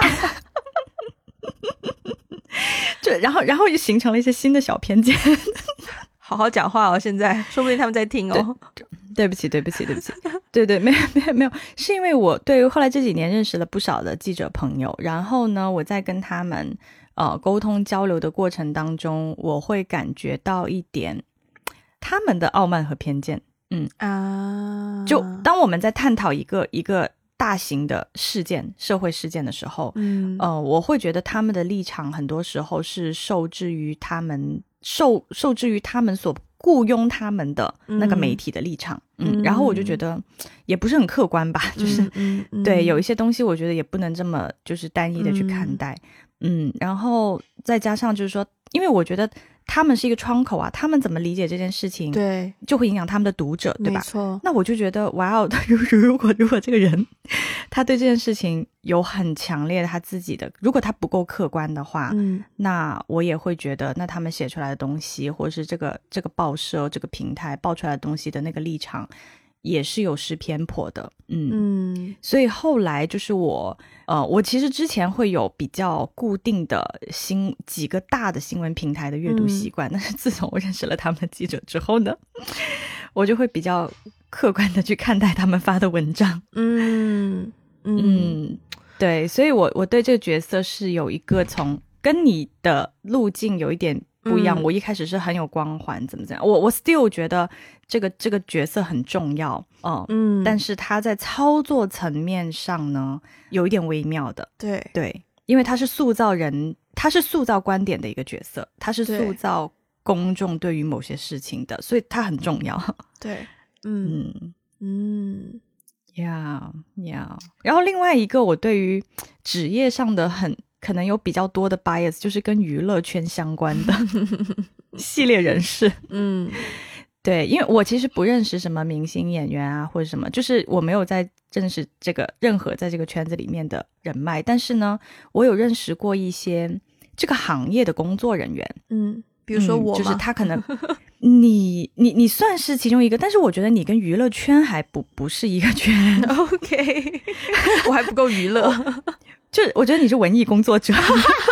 就然后然后就形成了一些新的小偏见。 好好讲话哦，现在说不定他们在听哦。 对，对不起对不起对不起对对，没有没有没有，是因为我对后来这几年认识了不少的记者朋友，然后呢我在跟他们呃沟通交流的过程当中，我会感觉到一点他们的傲慢和偏见。嗯啊，就当我们在探讨一个一个大型的事件社会事件的时候，嗯呃我会觉得他们的立场很多时候是受制于他们受受制于他们所雇佣他们的那个媒体的立场。 嗯, 嗯然后我就觉得也不是很客观吧，就是、嗯嗯、对有一些东西我觉得也不能这么就是单一的去看待。 嗯, 嗯然后再加上就是说，因为我觉得他们是一个窗口啊，他们怎么理解这件事情，对，就会影响他们的读者，对吧？没错。那我就觉得哇哦，如果如果这个人他对这件事情有很强烈的他自己的，如果他不够客观的话，嗯，那我也会觉得那他们写出来的东西，或者是这个这个报社这个平台报出来的东西的那个立场也是有失偏颇的。嗯嗯，所以后来就是我呃，我其实之前会有比较固定的新几个大的新闻平台的阅读习惯、嗯、但是自从我认识了他们的记者之后呢，我就会比较客观的去看待他们发的文章。嗯 嗯, 嗯对，所以我我对这个角色是有一个从跟你的路径有一点不一样、嗯、我一开始是很有光环怎么怎样，我我 still 觉得这个这个角色很重要、呃、嗯，但是他在操作层面上呢有一点微妙的。对对，因为他是塑造人，他是塑造观点的一个角色，他是塑造公众对于某些事情的，所以他很重要。对，嗯嗯嗯呀呀，然后另外一个我对于职业上的很可能有比较多的 bias 就是跟娱乐圈相关的系列人士。嗯，对，因为我其实不认识什么明星演员啊或者什么，就是我没有在认识这个任何在这个圈子里面的人脉，但是呢我有认识过一些这个行业的工作人员。嗯，比如说我、嗯、就是他可能你你你算是其中一个，但是我觉得你跟娱乐圈还不不是一个圈。OK 我还不够娱乐就我觉得你是文艺工作者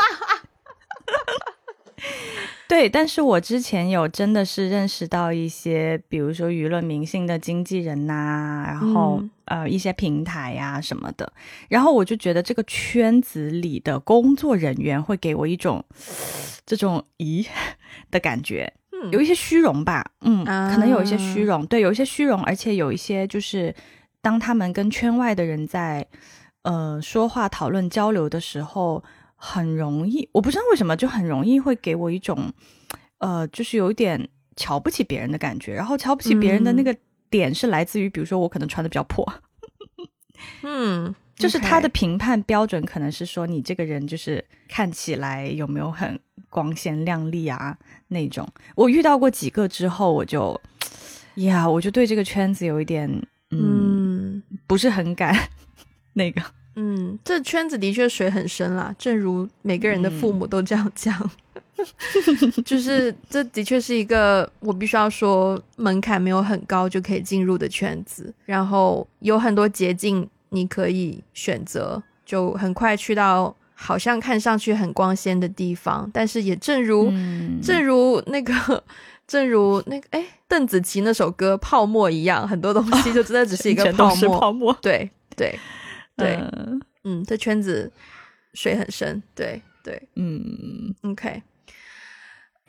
对，但是我之前有真的是认识到一些比如说娱乐明星的经纪人啊，然后、嗯、呃一些平台啊什么的，然后我就觉得这个圈子里的工作人员会给我一种这种咦的感觉，有一些虚荣吧。嗯、啊、可能有一些虚荣，对，有一些虚荣，而且有一些就是当他们跟圈外的人在呃说话讨论交流的时候，很容易，我不知道为什么就很容易会给我一种呃就是有一点瞧不起别人的感觉，然后瞧不起别人的那个点是来自于、嗯、比如说我可能穿的比较破嗯，就是他的评判标准可能是说你这个人就是看起来有没有很光鲜亮丽啊那种。我遇到过几个之后我就呀我就对这个圈子有一点 嗯, 嗯不是很敢那个。嗯，这圈子的确水很深啦，正如每个人的父母都这样讲、嗯、就是这的确是一个我必须要说门槛没有很高就可以进入的圈子，然后有很多捷径你可以选择，就很快去到好像看上去很光鲜的地方，但是也正如、嗯、正如那个正如那个哎邓紫棋那首歌泡沫一样，很多东西就真的只是一个泡沫、哦、全都是泡沫。对对对、嗯, 嗯，这圈子水很深。对对，嗯 OK。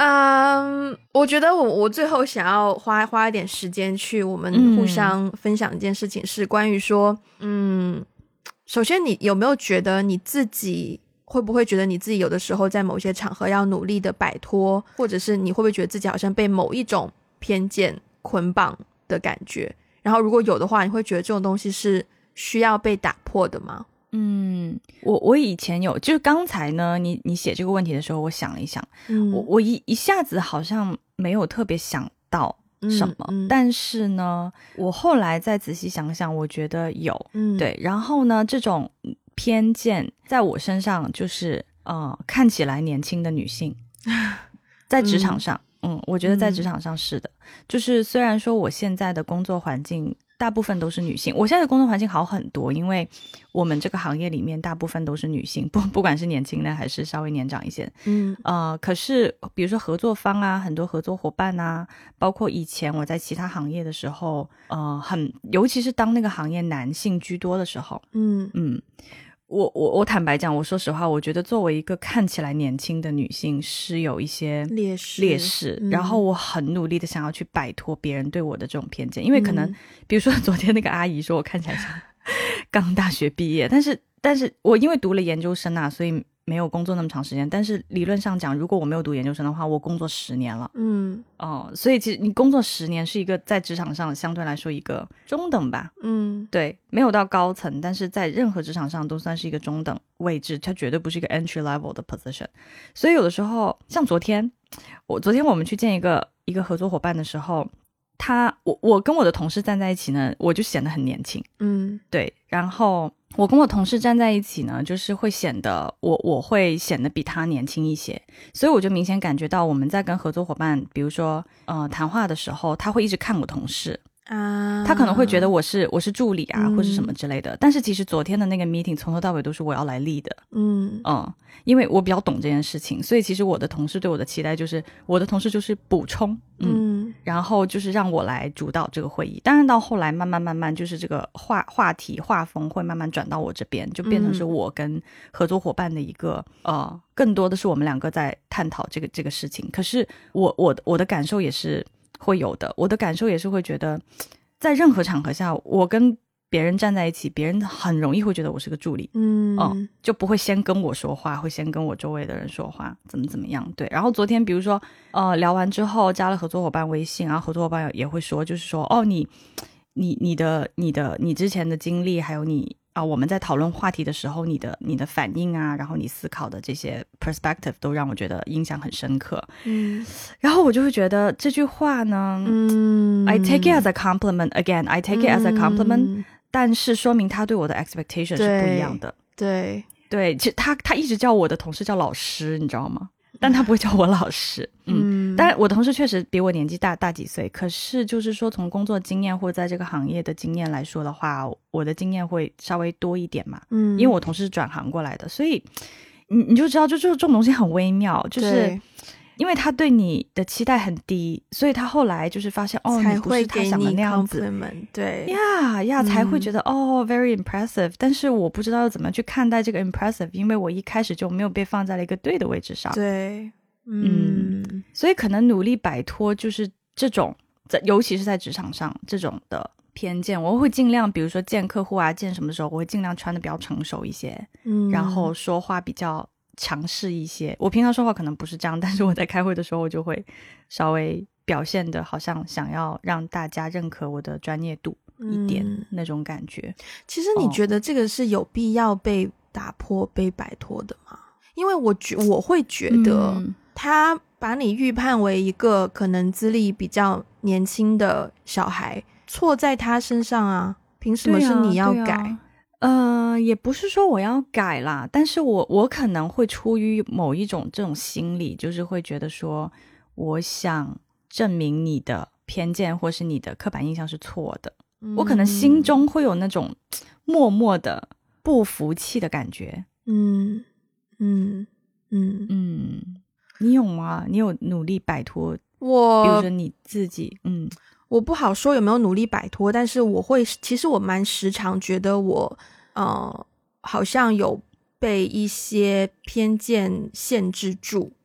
嗯，我觉得我我最后想要花花一点时间去我们互相分享一件事情，是关于说，嗯，首先你有没有觉得你自己会不会觉得你自己有的时候在某些场合要努力的摆脱，或者是你会不会觉得自己好像被某一种偏见捆绑的感觉？然后如果有的话，你会觉得这种东西是需要被打破的吗？ 嗯，我我以前有，就是刚才呢，你你写这个问题的时候，我想了一想，嗯、我我一一下子好像没有特别想到什么，嗯嗯、但是呢，我后来再仔细想想，我觉得有，嗯，对，然后呢，这种偏见在我身上就是呃，看起来年轻的女性，在职场上，嗯, 嗯，我觉得在职场上是的，嗯、就是虽然说我现在的工作环境大部分都是女性，我现在的工作环境好很多，因为我们这个行业里面大部分都是女性，不不管是年轻的还是稍微年长一些，嗯，呃，可是比如说合作方啊，很多合作伙伴啊，包括以前我在其他行业的时候，呃，很尤其是当那个行业男性居多的时候，嗯嗯。我我我坦白讲，我说实话，我觉得作为一个看起来年轻的女性是有一些劣势， 劣势、嗯、然后我很努力的想要去摆脱别人对我的这种偏见，因为可能、嗯、比如说昨天那个阿姨说我看起来像刚大学毕业，但是但是我因为读了研究生啊，所以没有工作那么长时间，但是理论上讲，如果我没有读研究生的话，我工作十年了，嗯哦，所以其实你工作十年是一个在职场上相对来说一个中等吧，嗯，对，没有到高层，但是在任何职场上都算是一个中等位置，它绝对不是一个 entry level 的 position。所以有的时候，像昨天，我昨天我们去见一个一个合作伙伴的时候，他我我跟我的同事站在一起呢，我就显得很年轻，嗯，对，然后。我跟我同事站在一起呢，就是会显得我我会显得比他年轻一些，所以我就明显感觉到我们在跟合作伙伴，比如说呃谈话的时候，他会一直看我同事啊，他可能会觉得我是我是助理啊、嗯、或是什么之类的，但是其实昨天的那个 meeting 从头到尾都是我要来 lead 的，嗯嗯，因为我比较懂这件事情，所以其实我的同事对我的期待就是我的同事就是补充，嗯。嗯然后就是让我来主导这个会议，当然到后来慢慢慢慢就是这个话话题画风会慢慢转到我这边，就变成是我跟合作伙伴的一个、嗯、呃，更多的是我们两个在探讨这个这个事情。可是我我我的感受也是会有的，我的感受也是会觉得，在任何场合下，我跟别人站在一起，别人很容易会觉得我是个助理，嗯、呃，就不会先跟我说话，会先跟我周围的人说话，怎么怎么样，对。然后昨天比如说，呃，聊完之后加了合作伙伴微信，然后合作伙伴也会说，就是说，哦，你，你，你的，你的，你之前的经历，还有你啊、呃，我们在讨论话题的时候，你的，你的反应啊，然后你思考的这些 perspective 都让我觉得印象很深刻，嗯。然后我就会觉得这句话呢，嗯 ，I take it as a compliment again, I take it as a compliment、嗯。但是说明他对我的 expectation 是不一样的， 对对，其实他他一直叫我的同事叫老师，你知道吗？但他不会叫我老师，嗯，但是我的同事确实比我年纪大大几岁，可是就是说从工作经验或者在这个行业的经验来说的话，我的经验会稍微多一点嘛，嗯，因为我同事是转行过来的，所以你你就知道，就就这种东西很微妙，就是因为他对你的期待很低，所以他后来就是发现哦， 才你不是他想的那样子， 对呀呀，才会觉得、嗯、哦 very impressive， 但是我不知道要怎么去看待这个 impressive， 因为我一开始就没有被放在了一个对的位置上， 对，嗯， 嗯所以可能努力摆脱就是这种，尤其是在职场上这种的偏见，我会尽量比如说见客户啊，见什么时候我会尽量穿的比较成熟一些，嗯，然后说话比较强势一些，我平常说话可能不是这样，但是我在开会的时候我就会稍微表现的好像想要让大家认可我的专业度一点、嗯、那种感觉。 其实你觉得这个是有必要被打破、哦、被摆脱的吗？因为我觉我会觉得他把你预判为一个可能资历比较年轻的小孩，错在他身上啊，凭什么是你要改？ 呃，也不是说我要改啦，但是我我可能会出于某一种这种心理，就是会觉得说我想证明你的偏见或是你的刻板印象是错的、嗯、我可能心中会有那种默默的不服气的感觉。嗯嗯嗯嗯，你有吗？你有努力摆脱？我比如说你自己，嗯， 我不好说有没有努力摆脱，但是我会，其实我蛮时常觉得我，呃，好像有被一些偏见限制住，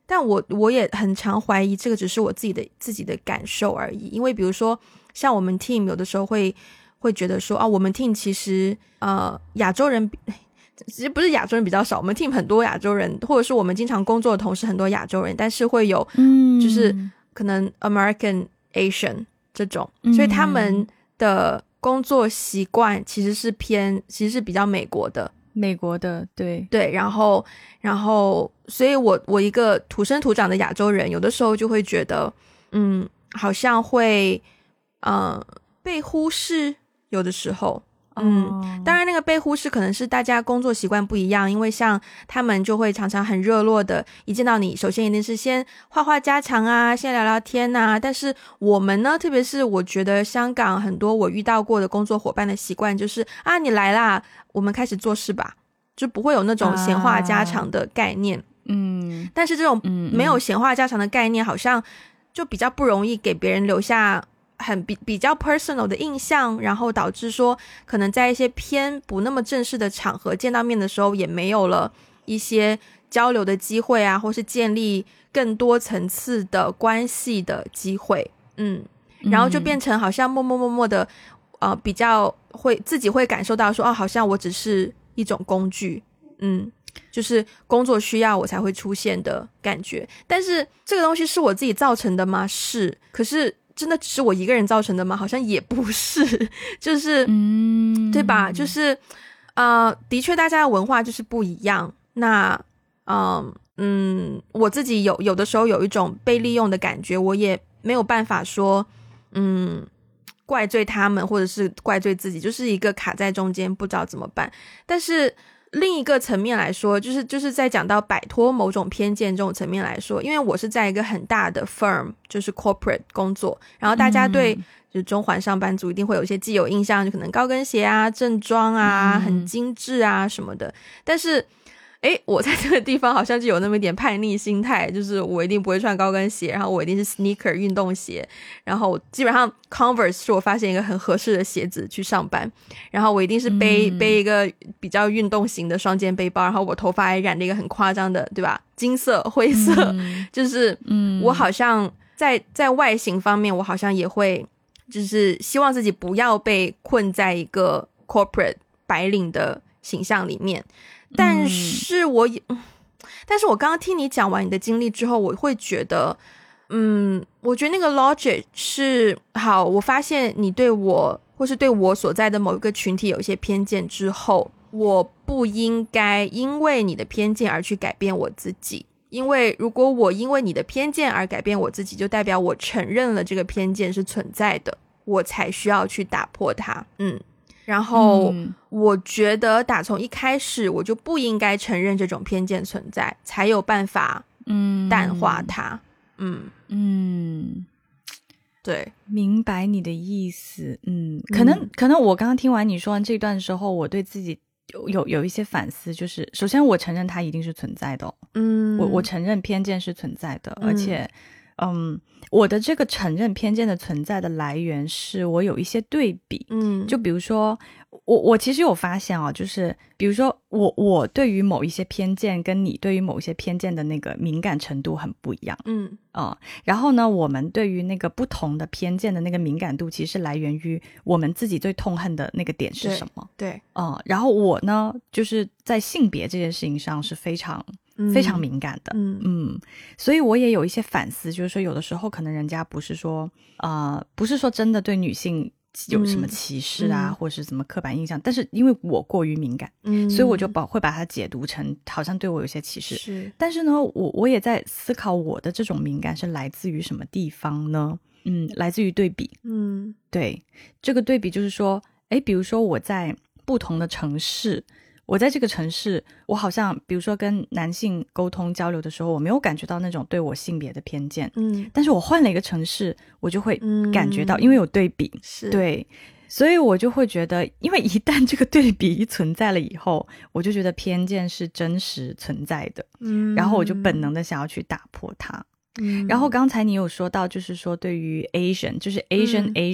但我我也很常怀疑这个只是我自己的自己的感受而已，因为比如说像我们 team 有的时候会会觉得说啊，我们 team 其实呃亚洲人其实不是亚洲人比较少，我们 team 很多亚洲人，或者是我们经常工作的同事很多亚洲人，但是会有就是可能 American Asian 这种，所以他们的工作习惯其实是偏其实是比较美国的美国的，对对，然后然后所以我我一个土生土长的亚洲人，有的时候就会觉得嗯好像会呃被忽视，有的时候嗯、哦、当然那个被忽视可能是大家工作习惯不一样，因为像他们就会常常很热络的，一见到你首先一定是先话话家常啊，先聊聊天啊，但是我们呢，特别是我觉得香港很多我遇到过的工作伙伴的习惯就是啊你来啦，我们开始做事吧，就不会有那种闲话家常的概念、啊、嗯，但是这种没有闲话家常的概念好像就比较不容易给别人留下很比比较 personal 的印象，然后导致说可能在一些偏不那么正式的场合见到面的时候也没有了一些交流的机会啊，或是建立更多层次的关系的机会，嗯，然后就变成好像默默默默的呃，比较会自己会感受到说哦，好像我只是一种工具，嗯，就是工作需要我才会出现的感觉。但是这个东西是我自己造成的吗？是，可是真的只是我一个人造成的吗？好像也不是，就是嗯，对吧？就是呃，的确大家的文化就是不一样。那嗯嗯，我自己有有的时候有一种被利用的感觉，我也没有办法说嗯怪罪他们或者是怪罪自己，就是一个卡在中间不知道怎么办。但是另一个层面来说，就是就是在讲到摆脱某种偏见这种层面来说，因为我是在一个很大的 firm 就是 corporate 工作，然后大家对、嗯、就是中环上班族一定会有一些既有印象，就可能高跟鞋啊正装啊、嗯、很精致啊什么的，但是诶我在这个地方好像就有那么一点叛逆心态，就是我一定不会穿高跟鞋，然后我一定是 sneaker 运动鞋，然后基本上 Converse 是我发现一个很合适的鞋子去上班，然后我一定是背、嗯、背一个比较运动型的双肩背包，然后我头发还染了一个很夸张的对吧金色灰色、嗯、就是我好像在在外形方面我好像也会就是希望自己不要被困在一个 corporate 白领的形象里面，但是我也、嗯、但是我刚刚听你讲完你的经历之后，我会觉得嗯，我觉得那个 logic 是好，我发现你对我或是对我所在的某一个群体有一些偏见之后，我不应该因为你的偏见而去改变我自己，因为如果我因为你的偏见而改变我自己，就代表我承认了这个偏见是存在的，我才需要去打破它。嗯，然后我觉得打从一开始我就不应该承认这种偏见存在，才有办法嗯淡化它。嗯嗯，对， 明白你的意思。嗯，可能、嗯、可能我刚刚听完你说完这段的时候，我对自己有有有一些反思，就是首先我承认它一定是存在的、哦、嗯，我我承认偏见是存在的、嗯、而且嗯，我的这个承认偏见的存在的来源是我有一些对比，嗯，就比如说我我其实有发现啊，就是比如说我我对于某一些偏见跟你对于某一些偏见的那个敏感程度很不一样，嗯啊、呃，然后呢，我们对于那个不同的偏见的那个敏感度，其实是来源于我们自己最痛恨的那个点是什么， 对， 啊、呃，然后我呢，就是在性别这件事情上是非常。非常敏感的，嗯嗯，所以我也有一些反思，就是说有的时候可能人家不是说呃不是说真的对女性有什么歧视啊、嗯、或是什么刻板印象，但是因为我过于敏感，嗯，所以我就把会把它解读成好像对我有些歧视，是，但是呢我我也在思考我的这种敏感是来自于什么地方呢？嗯，来自于对比，嗯，对，这个对比就是说诶比如说我在不同的城市，我在这个城市我好像比如说跟男性沟通交流的时候，我没有感觉到那种对我性别的偏见，嗯，但是我换了一个城市我就会感觉到、嗯、因为有对比，是，对，所以我就会觉得因为一旦这个对比存在了以后，我就觉得偏见是真实存在的，嗯，然后我就本能的想要去打破它，嗯，然后刚才你有说到就是说对于 Asian 就是 Asian、嗯、Asian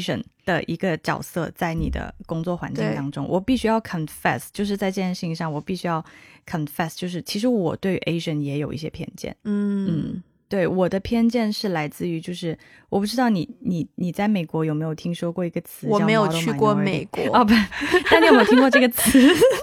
的一个角色在你的工作环境当中，我必须要 confess， 就是在这件事情上我必须要 confess， 就是其实我对于 Asian 也有一些偏见。 嗯嗯，对，我的偏见是来自于就是我不知道你你你在美国有没有听说过一个词叫 model minority？ 我没有去过美国哦，不，但你有没有听过这个词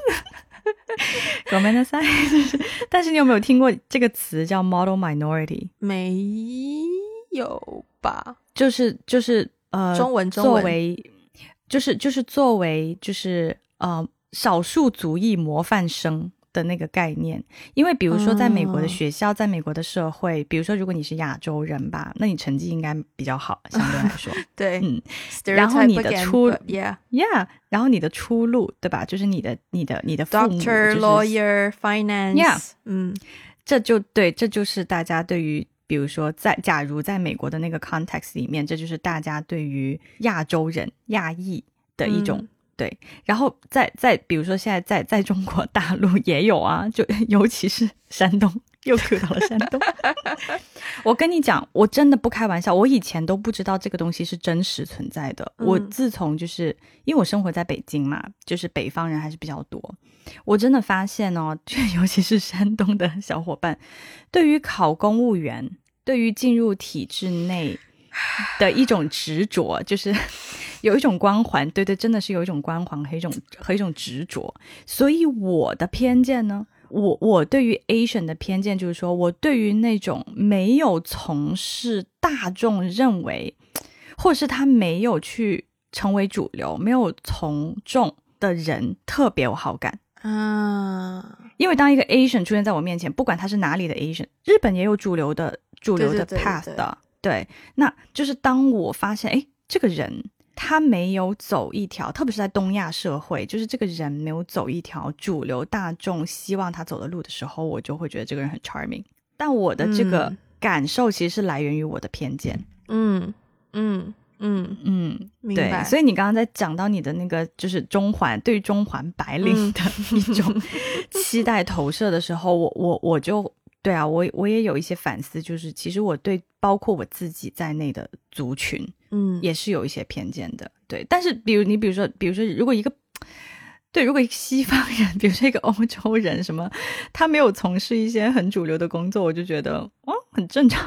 ごめんなさい但是你有没有听过这个词叫 model minority？ 没有吧？ 就是就是呃， 中文中文作为就是就是作为就是呃少数族裔模范生的那个概念。因为比如说在美国的学校、嗯、在美国的社会，比如说如果你是亚洲人吧，那你成绩应该比较好，相对来说对， 嗯，然后你的出 yeah yeah 然后你的出路对吧，就是你的你的你的父母 Doctor、 就是、 lawyer finance yeah 嗯， 这就对，这就是大家对于比如说在假如在美国的那个 context 里面，这就是大家对于亚洲人亚裔的一种、嗯、对。然后在在比如说现在在在中国大陆也有啊，就尤其是山东，又 Q 到了山东我跟你讲，我真的不开玩笑，我以前都不知道这个东西是真实存在的、嗯、我自从就是因为我生活在北京嘛，就是北方人还是比较多，我真的发现哦，就尤其是山东的小伙伴，对于考公务员，对于进入体制内的一种执着，就是有一种光环，对对，真的是有一种光环和一种和一种执着。所以我的偏见呢，我我对于 Asian 的偏见就是说，我对于那种没有从事大众认为，或者是他没有去成为主流，没有从众的人特别有好感啊。 因为当一个 Asian 出现在我面前，不管他是哪里的 Asian， 日本也有主流的主流的 path 的， 对, 对, 对, 对, 对，那就是当我发现诶这个人他没有走一条，特别是在东亚社会，就是这个人没有走一条主流大众希望他走的路的时候，我就会觉得这个人很 charming。 但我的这个感受其实是来源于我的偏见。 嗯嗯嗯嗯，明白。 对，所以你刚刚在讲到你的那个就是中环，对于中环白领的一种期待投射的时候，我我我就对啊，我我也有一些反思，就是其实我对包括我自己在内的族群，嗯，也是有一些偏见的。对，但是比如你比如说比如说如果一个对，如果一个西方人，比如说一个欧洲人什么，他没有从事一些很主流的工作，我就觉得哦很正常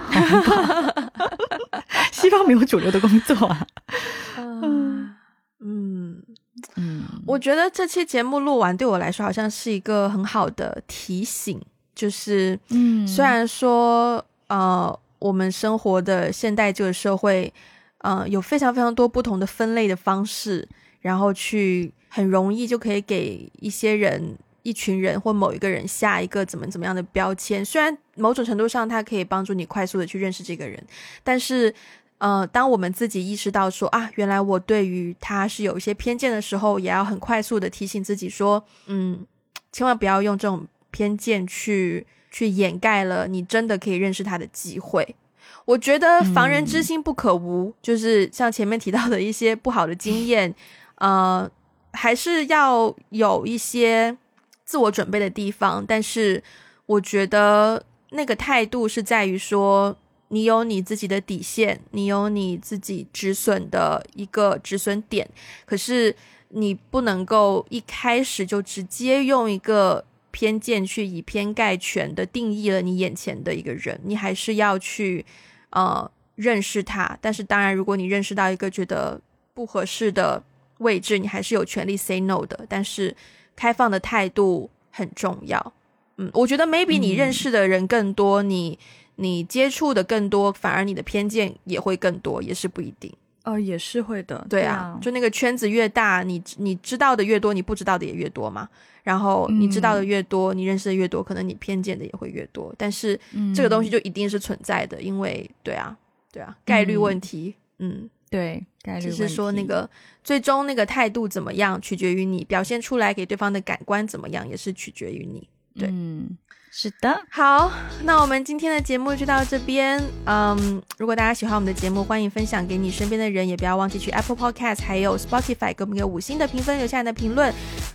西方没有主流的工作啊。 嗯嗯嗯，我觉得这期节目录完对我来说好像是一个很好的提醒，就是嗯，虽然说呃我们生活的现代这个社会呃有非常非常多不同的分类的方式，然后去很容易就可以给一些人一群人或某一个人下一个怎么怎么样的标签，虽然某种程度上它可以帮助你快速的去认识这个人，但是呃，当我们自己意识到说啊，原来我对于他是有一些偏见的时候，也要很快速的提醒自己说嗯，千万不要用这种偏见去去掩盖了你真的可以认识他的机会。我觉得防人之心不可无、嗯、就是像前面提到的一些不好的经验呃，还是要有一些自我准备的地方，但是我觉得那个态度是在于说你有你自己的底线，你有你自己止损的一个止损点，可是你不能够一开始就直接用一个偏见去以偏概全的定义了你眼前的一个人，你还是要去呃认识他。但是当然如果你认识到一个觉得不合适的位置，你还是有权利 say no 的，但是开放的态度很重要。嗯，我觉得 maybe 你认识的人更多、嗯、你你接触的更多，反而你的偏见也会更多，也是不一定。 哦，也是会的。 对啊，对啊，就那个圈子越大，你你知道的越多，你不知道的也越多嘛。然后你知道的越多、嗯、你认识的越多，可能你偏见的也会越多。但是这个东西就一定是存在的，因为对啊对啊，概率问题。嗯，嗯对，概率问题。 只是说那个最终那个态度怎么样取决于你，表现出来给对方的感官怎么样也是取决于你。对， 嗯，是的。 好，那我们今天的节目就到这边。嗯，如果大家喜欢我们的节目，欢迎分享给你身边的人，也不要忘记去 Apple Podcast 还有 Spotify 给我们一个五星的评分，留下你的评论。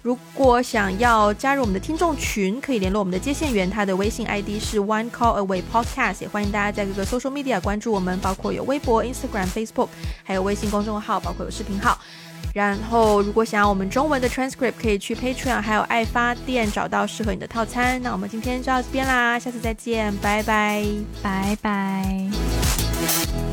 如果想要加入我们的听众群，可以联络我们的接线员，他的微信 I D 是 One Call Away Podcast， 也欢迎大家在各个 social media 关注我们，包括有微博、Instagram、Facebook， 还有微信公众号，包括有视频号。然后如果想要我们中文的 transcript， 可以去 Patreon 还有爱发电找到适合你的套餐。那我们今天就到这边啦，下次再见，拜拜， 拜拜。